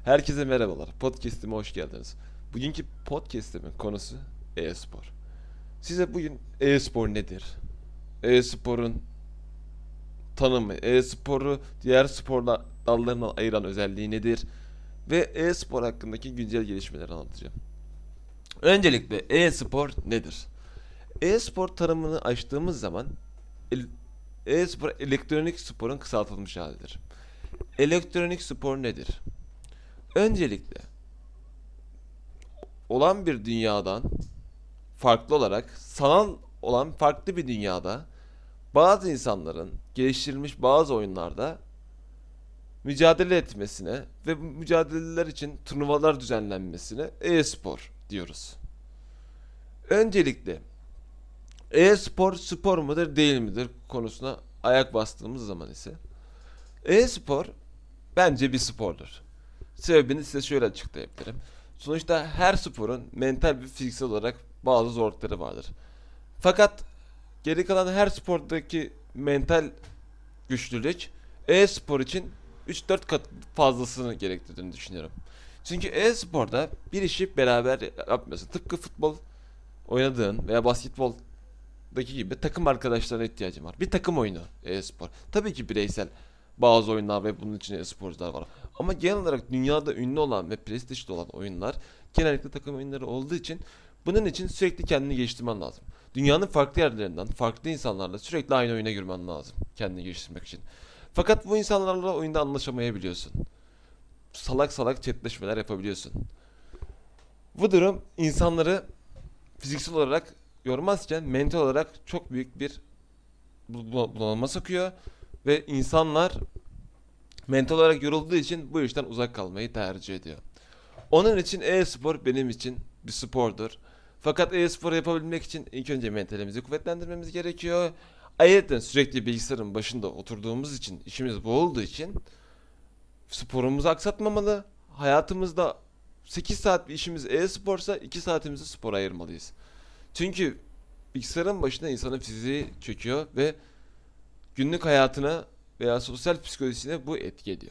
Herkese merhabalar. Podcast'ime hoş geldiniz. Bugünkü podcast'imin konusu e-spor. Size bugün e-spor nedir? E-sporun tanımı, e-sporu diğer spor dallarından ayıran özelliği nedir? Ve e-spor hakkındaki güncel gelişmeleri anlatacağım. Öncelikle e-spor nedir? E-spor tanımını açtığımız zaman e-spor elektronik sporun kısaltılmış halidir. Elektronik spor nedir? Öncelikle olan bir dünyadan farklı olarak sanal olan farklı bir dünyada bazı insanların geliştirilmiş bazı oyunlarda mücadele etmesine ve bu mücadeleler için turnuvalar düzenlenmesine e-spor diyoruz. Öncelikle e-spor spor mudur değil midir konusuna ayak bastığımız zaman ise e-spor bence bir spordur. Sebebini size şöyle açıklayabilirim. Sonuçta her sporun mental ve fiziksel olarak bazı zorlukları vardır. Fakat geri kalan her spordaki mental güçlülük e-spor için 3-4 kat fazlasını gerektirdiğini düşünüyorum. Çünkü e-sporda bir işi beraber yapmıyorsun. Tıpkı futbol oynadığın veya basketboldaki gibi takım arkadaşlarına ihtiyacın var. Bir takım oyunu e-spor. Tabii ki bireysel bazı oyunlar ve bunun için e-sporcular var. Ama genel olarak dünyada ünlü olan ve prestijli olan oyunlar genellikle takım oyunları olduğu için bunun için sürekli kendini geliştirmen lazım. Dünyanın farklı yerlerinden, farklı insanlarla sürekli aynı oyuna girmen lazım kendini geliştirmek için. Fakat bu insanlarla oyunda anlaşamayabiliyorsun. Salak salak chatleşmeler yapabiliyorsun. Bu durum insanları fiziksel olarak yormazken mental olarak çok büyük bir bunalıma sokuyor ve insanlar mental olarak yorulduğu için bu işten uzak kalmayı tercih ediyor. Onun için e-spor benim için bir spordur. Fakat e-spor yapabilmek için ilk önce mentalimizi kuvvetlendirmemiz gerekiyor. Ayrıca sürekli bilgisayarın başında oturduğumuz için, işimiz bu olduğu için sporumuzu aksatmamalı. Hayatımızda 8 saat bir işimiz e-sporsa 2 saatimizi spora ayırmalıyız. Çünkü bilgisayarın başında insanın fiziği çöküyor ve günlük hayatına veya sosyal psikolojisine bu etki ediyor.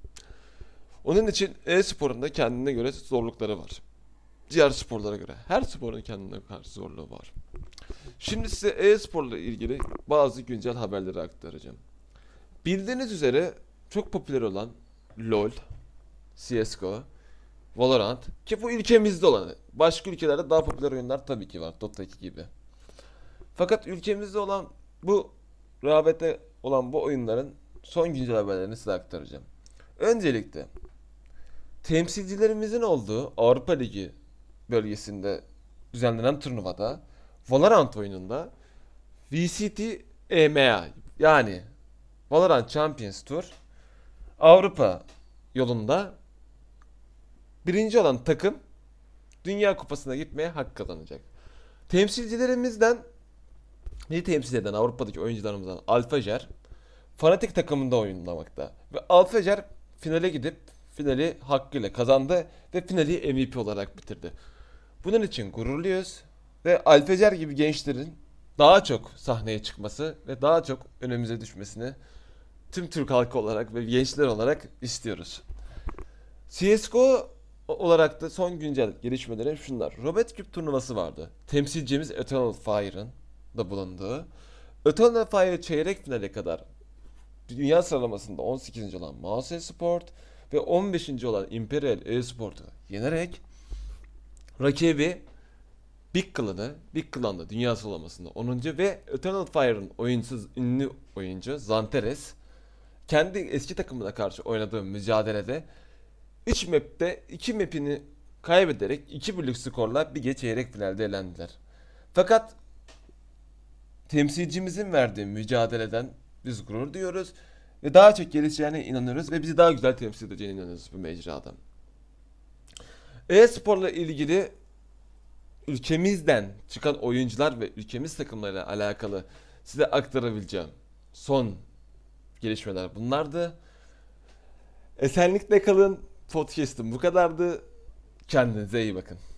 Onun için e-sporun da kendine göre zorlukları var. Diğer sporlara göre. Her sporun kendine karşı zorluğu var. Şimdi size e-sporla ilgili bazı güncel haberleri aktaracağım. Bildiğiniz üzere çok popüler olan LoL, CSGO, Valorant ki bu ülkemizde olanı. Başka ülkelerde daha popüler oyunlar tabii ki var. Dota 2 gibi. Fakat ülkemizde olan bu rağbete olan bu oyunların son güncel haberlerini size aktaracağım. Öncelikle temsilcilerimizin olduğu Avrupa Ligi bölgesinde düzenlenen turnuvada Valorant oyununda VCT EMEA yani Valorant Champions Tour Avrupa yolunda birinci olan takım Dünya Kupası'na gitmeye hak kazanacak. Temsilcilerimizden bizi temsil eden Avrupa'daki oyuncularımızdan Alfajer Fnatic takımında oynamakta. Ve Alfajer finale gidip finali hakkıyla kazandı ve finali MVP olarak bitirdi. Bunun için gururluyuz ve Alfajer gibi gençlerin daha çok sahneye çıkması ve daha çok önümüze düşmesini tüm Türk halkı olarak ve gençler olarak istiyoruz. CSGO olarak da son güncel gelişmelerim şunlar. Robert Küp turnuvası vardı. Temsilcimiz Eternal Fire'ın da bulunduğu. Eternal Fire çeyrek finale kadar dünya sıralamasında 18. olan Mouse Sport ve 15. olan Imperial Esport'u yenerek rakibi Big Clan'da dünya sıralamasında 10. ve Eternal Fire'ın oyunsuz ünlü oyuncu Zanteres kendi eski takımına karşı oynadığı mücadelede 3 map'te 2 map'ini kaybederek 2-1'lik skorla bir çeyrek finalde elendiler. Fakat temsilcimizin verdiği mücadeleden biz gurur duyuyoruz ve daha çok gelişeceğine inanıyoruz ve bizi daha güzel temsil edeceğine inanıyoruz bu mecrada. E-sporla ilgili ülkemizden çıkan oyuncular ve ülkemiz takımlarıyla alakalı size aktarabileceğim son gelişmeler bunlardı. Esenlikle kalın. Podcast'ım bu kadardı. Kendinize iyi bakın.